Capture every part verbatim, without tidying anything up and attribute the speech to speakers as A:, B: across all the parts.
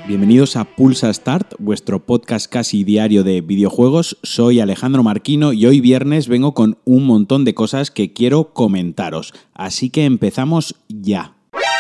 A: Bienvenidos a Pulsa Start, vuestro podcast casi diario de videojuegos. Soy Alejandro Marquino y hoy viernes vengo con un montón de cosas que quiero comentaros. Así que empezamos ya.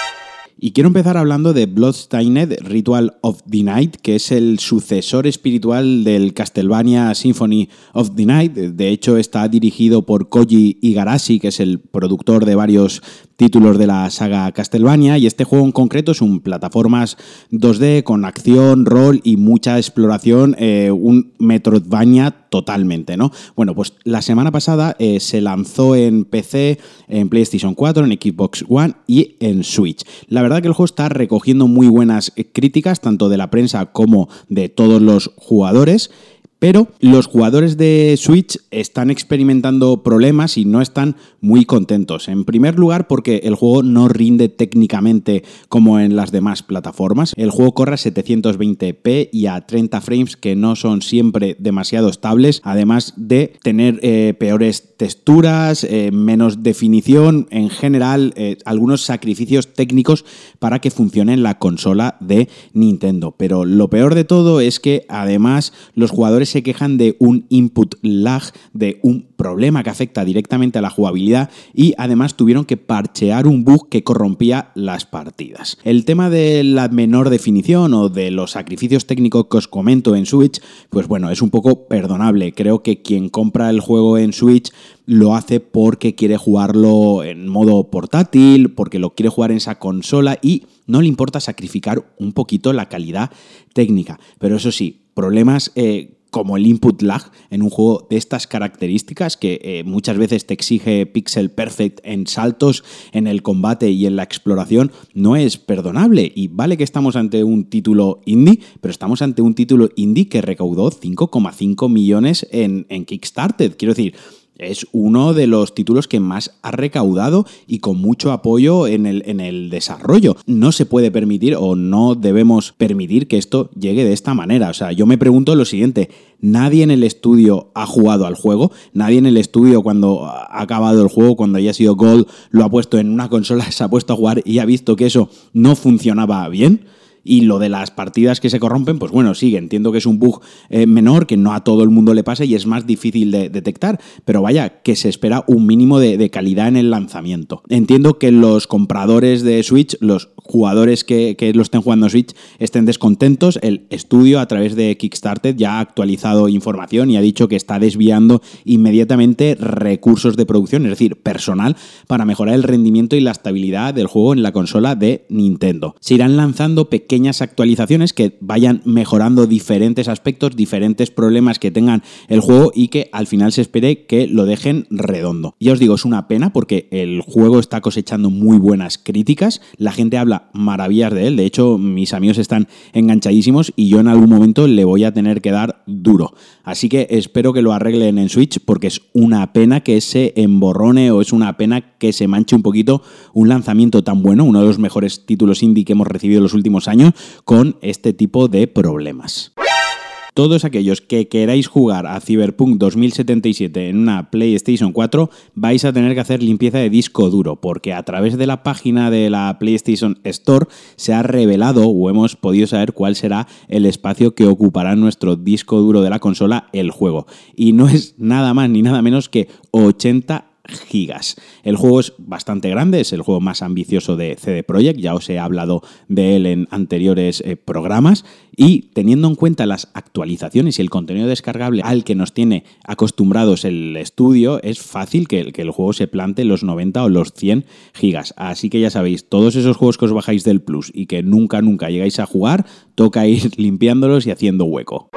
A: Y quiero empezar hablando de Bloodstained Ritual of the Night, que es el sucesor espiritual del Castlevania Symphony of the Night. De hecho, está dirigido por Koji Igarashi, que es el productor de varios títulos de la saga Castlevania, y este juego en concreto es un plataformas dos D con acción, rol y mucha exploración, eh, un Metroidvania totalmente, ¿no? Bueno, pues la semana pasada eh, se lanzó en P C, en PlayStation cuatro, en Xbox One y en Switch. La verdad que el juego está recogiendo muy buenas críticas, tanto de la prensa como de todos los jugadores. Pero los jugadores de Switch están experimentando problemas y no están muy contentos. En primer lugar, porque el juego no rinde técnicamente como en las demás plataformas. El juego corre a setecientos veinte p y a treinta frames, que no son siempre demasiado estables, además de tener eh, peores texturas, eh, menos definición, en general, eh, algunos sacrificios técnicos para que funcione en la consola de Nintendo. Pero lo peor de todo es que además los jugadores se quejan de un input lag, de un problema que afecta directamente a la jugabilidad, y además tuvieron que parchear un bug que corrompía las partidas. El tema de la menor definición o de los sacrificios técnicos que os comento en Switch, pues bueno, es un poco perdonable. Creo que quien compra el juego en Switch lo hace porque quiere jugarlo en modo portátil, porque lo quiere jugar en esa consola y no le importa sacrificar un poquito la calidad técnica. Pero eso sí, problemas eh, como el input lag en un juego de estas características, que eh, muchas veces te exige pixel perfect en saltos, en el combate y en la exploración, no es perdonable. Y vale que estamos ante un título indie, pero estamos ante un título indie que recaudó cinco coma cinco millones en, en Kickstarter. Quiero decir, es uno de los títulos que más ha recaudado y con mucho apoyo en el, en el desarrollo. No se puede permitir o no debemos permitir que esto llegue de esta manera. O sea, yo me pregunto lo siguiente: nadie en el estudio ha jugado al juego, nadie en el estudio cuando ha acabado el juego, cuando haya sido Gold, lo ha puesto en una consola, se ha puesto a jugar y ha visto que eso no funcionaba bien. Y lo de las partidas que se corrompen, pues bueno, sí, entiendo que es un bug eh, menor, que no a todo el mundo le pasa y es más difícil de detectar, pero vaya, que se espera un mínimo de, de calidad en el lanzamiento. Entiendo que los compradores de Switch, los jugadores que, que lo estén jugando en Switch, estén descontentos. El estudio, a través de Kickstarter, ya ha actualizado información y ha dicho que está desviando inmediatamente recursos de producción, es decir, personal, para mejorar el rendimiento y la estabilidad del juego en la consola de Nintendo. Se irán lanzando pequeños pequeñas actualizaciones que vayan mejorando diferentes aspectos, diferentes problemas que tengan el juego y que al final se espere que lo dejen redondo. Ya os digo, es una pena porque el juego está cosechando muy buenas críticas, la gente habla maravillas de él, de hecho mis amigos están enganchadísimos y yo en algún momento le voy a tener que dar duro. Así que espero que lo arreglen en Switch porque es una pena que se emborrone o es una pena que se manche un poquito un lanzamiento tan bueno, uno de los mejores títulos indie que hemos recibido en los últimos años, con este tipo de problemas. Todos aquellos que queráis jugar a Cyberpunk dos mil setenta y siete en una PlayStation cuatro vais a tener que hacer limpieza de disco duro, porque a través de la página de la PlayStation Store se ha revelado o hemos podido saber cuál será el espacio que ocupará nuestro disco duro de la consola el juego. Y no es nada más ni nada menos que ochenta gigas. El juego es bastante grande, es el juego más ambicioso de C D Projekt, ya os he hablado de él en anteriores eh, programas, y teniendo en cuenta las actualizaciones y el contenido descargable al que nos tiene acostumbrados el estudio, es fácil que, que el juego se plante los noventa o los cien gigas. Así que ya sabéis, todos esos juegos que os bajáis del Plus y que nunca nunca llegáis a jugar, toca ir limpiándolos y haciendo hueco.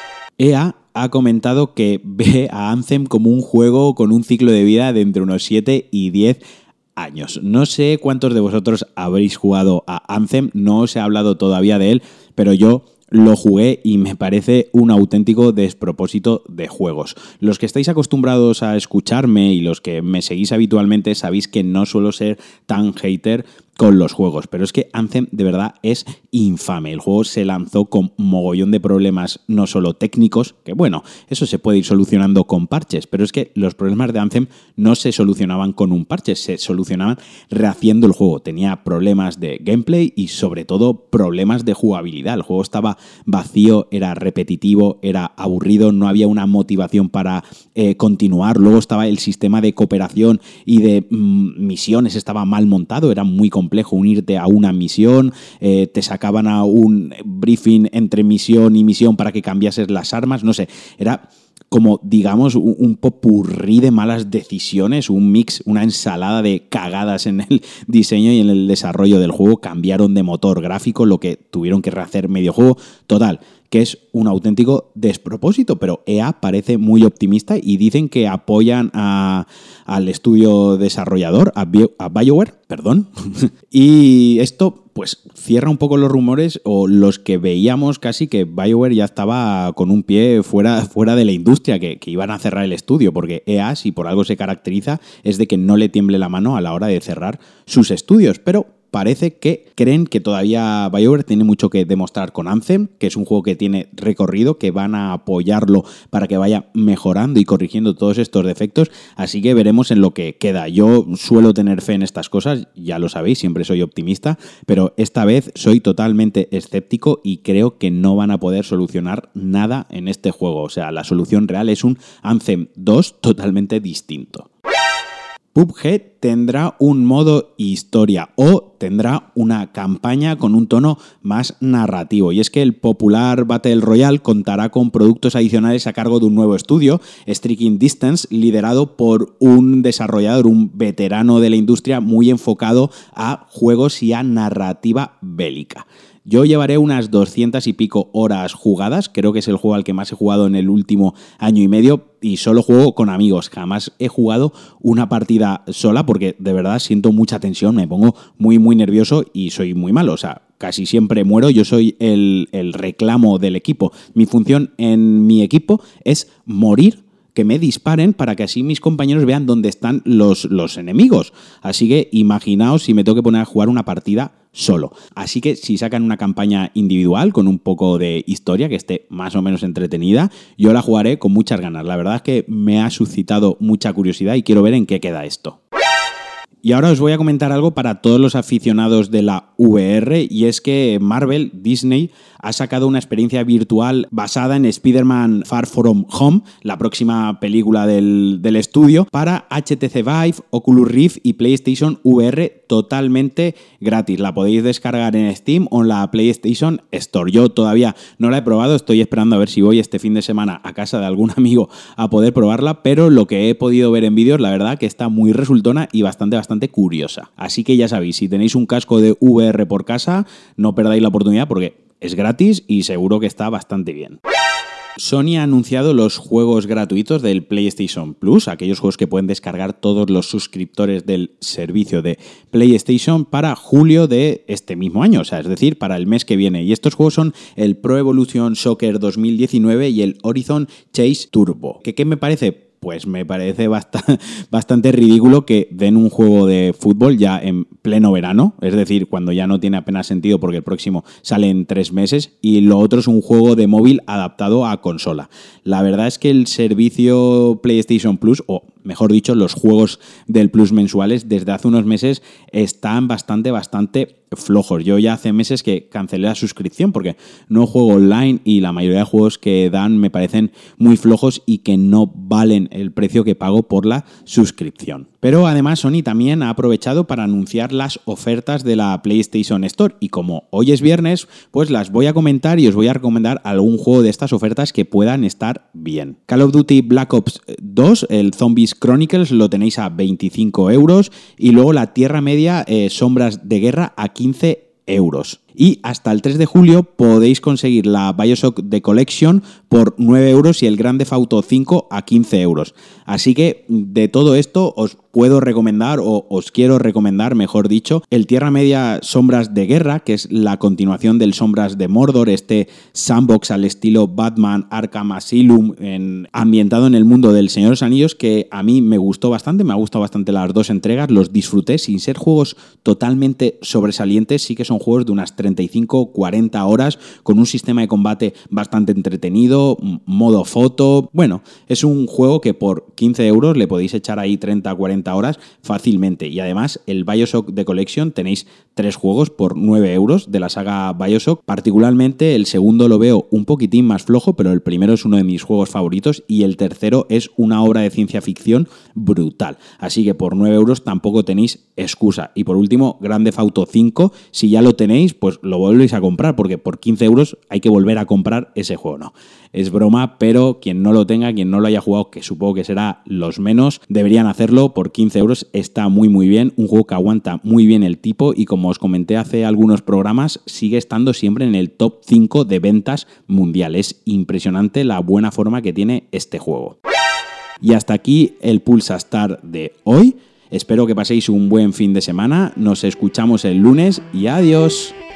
A: E A ha comentado que ve a Anthem como un juego con un ciclo de vida de entre unos siete y diez años. No sé cuántos de vosotros habréis jugado a Anthem, no os he hablado todavía de él, pero yo lo jugué y me parece un auténtico despropósito de juegos. Los que estáis acostumbrados a escucharme y los que me seguís habitualmente sabéis que no suelo ser tan hater con los juegos, pero es que Anthem de verdad es infame. El juego se lanzó con mogollón de problemas, no solo técnicos, que bueno, eso se puede ir solucionando con parches, pero es que los problemas de Anthem no se solucionaban con un parche, se solucionaban rehaciendo el juego. Tenía problemas de gameplay y sobre todo problemas de jugabilidad. El juego estaba vacío, era repetitivo, era aburrido, no había una motivación para eh, continuar. Luego estaba el sistema de cooperación y de mm, misiones, estaba mal montado, era muy complejo unirte a una misión, eh, te sacaban a un briefing entre misión y misión para que cambiases las armas, no sé, era como, digamos, un, un popurrí de malas decisiones, un mix, una ensalada de cagadas en el diseño y en el desarrollo del juego. Cambiaron de motor gráfico, lo que tuvieron que rehacer medio juego. Total, que es un auténtico despropósito, pero E A parece muy optimista y dicen que apoyan a, al estudio desarrollador, a, Bio, a BioWare, perdón, y esto pues cierra un poco los rumores o los que veíamos casi que BioWare ya estaba con un pie fuera, fuera de la industria, que, que iban a cerrar el estudio, porque E A, si por algo se caracteriza, es de que no le tiemble la mano a la hora de cerrar sus estudios, pero parece que creen que todavía BioWare tiene mucho que demostrar con Anthem, que es un juego que tiene recorrido, que van a apoyarlo para que vaya mejorando y corrigiendo todos estos defectos, así que veremos en lo que queda. Yo suelo tener fe en estas cosas, ya lo sabéis, siempre soy optimista, pero esta vez soy totalmente escéptico y creo que no van a poder solucionar nada en este juego. O sea, la solución real es un Anthem dos totalmente distinto. P U B G tendrá un modo historia o tendrá una campaña con un tono más narrativo. Y es que el popular Battle Royale contará con productos adicionales a cargo de un nuevo estudio, Striking Distance, liderado por un desarrollador, un veterano de la industria muy enfocado a juegos y a narrativa bélica. Yo llevaré unas doscientas y pico horas jugadas, creo que es el juego al que más he jugado en el último año y medio y solo juego con amigos, jamás he jugado una partida sola porque de verdad siento mucha tensión, me pongo muy muy nervioso y soy muy malo, o sea, casi siempre muero, yo soy el, el reclamo del equipo. Mi función en mi equipo es morir, que me disparen para que así mis compañeros vean dónde están los, los enemigos. Así que imaginaos si me tengo que poner a jugar una partida solo. Así que si sacan una campaña individual con un poco de historia que esté más o menos entretenida, yo la jugaré con muchas ganas. La verdad es que me ha suscitado mucha curiosidad y quiero ver en qué queda esto. Y ahora os voy a comentar algo para todos los aficionados de la V R, y es que Marvel, Disney, ha sacado una experiencia virtual basada en Spider-Man Far From Home, la próxima película del, del estudio, para H T C Vive, Oculus Rift y PlayStation V R totalmente gratis. La podéis descargar en Steam o en la PlayStation Store. Yo todavía no la he probado, estoy esperando a ver si voy este fin de semana a casa de algún amigo a poder probarla, pero lo que he podido ver en vídeos, la verdad que está muy resultona y bastante, bastante curiosa. Así que ya sabéis, si tenéis un casco de V R por casa, no perdáis la oportunidad porque es gratis y seguro que está bastante bien. Sony ha anunciado los juegos gratuitos del PlayStation Plus, aquellos juegos que pueden descargar todos los suscriptores del servicio de PlayStation para julio de este mismo año, o sea, es decir, para el mes que viene. Y estos juegos son el Pro Evolution Soccer dos mil diecinueve y el Horizon Chase Turbo. ¿Qué, qué me parece? Pues me parece bastante, bastante ridículo que den un juego de fútbol ya en pleno verano, es decir, cuando ya no tiene apenas sentido porque el próximo sale en tres meses, y lo otro es un juego de móvil adaptado a consola. La verdad es que el servicio PlayStation Plus, o mejor dicho, los juegos del Plus mensuales, desde hace unos meses están bastante, bastante flojos. Yo ya hace meses que cancelé la suscripción porque no juego online y la mayoría de juegos que dan me parecen muy flojos y que no valen el precio que pago por la suscripción. Pero además Sony también ha aprovechado para anunciar las ofertas de la PlayStation Store y como hoy es viernes, pues las voy a comentar y os voy a recomendar algún juego de estas ofertas que puedan estar bien. Call of Duty Black Ops dos, el Zombies Chronicles, lo tenéis a veinticinco euros y luego la Tierra Media, eh, Sombras de Guerra, a quince euros. Y hasta el tres de julio podéis conseguir la BioShock The Collection por nueve euros y el Grand Theft Auto cinco a quince euros. Así que de todo esto os puedo recomendar, o os quiero recomendar, mejor dicho, el Tierra Media Sombras de Guerra, que es la continuación del Sombras de Mordor, este sandbox al estilo Batman Arkham Asylum, en, ambientado en el mundo del Señor de los Anillos, que a mí me gustó bastante, me ha gustado bastante las dos entregas, los disfruté sin ser juegos totalmente sobresalientes, sí que son juegos de unas treinta y cinco cuarenta horas, con un sistema de combate bastante entretenido, modo foto. Bueno, es un juego que por quince euros le podéis echar ahí treinta cuarenta horas fácilmente. Y además, el BioShock The Collection, tenéis tres juegos por nueve euros de la saga BioShock. Particularmente el segundo lo veo un poquitín más flojo, pero el primero es uno de mis juegos favoritos y el tercero es una obra de ciencia ficción brutal. Así que por nueve euros tampoco tenéis excusa. Y por último, Grand Theft Auto cinco, si ya lo tenéis, pues lo volvéis a comprar, porque por quince euros hay que volver a comprar ese juego. No, es broma, pero quien no lo tenga, quien no lo haya jugado, que supongo que será los menos, deberían hacerlo. Por quince euros está muy muy bien, un juego que aguanta muy bien el tipo y, como os comenté hace algunos programas, sigue estando siempre en el top cinco de ventas mundiales. Impresionante la buena forma que tiene este juego. Y hasta aquí el Pulsa Start de hoy. Espero que paséis un buen fin de semana. Nos escuchamos el lunes y adiós.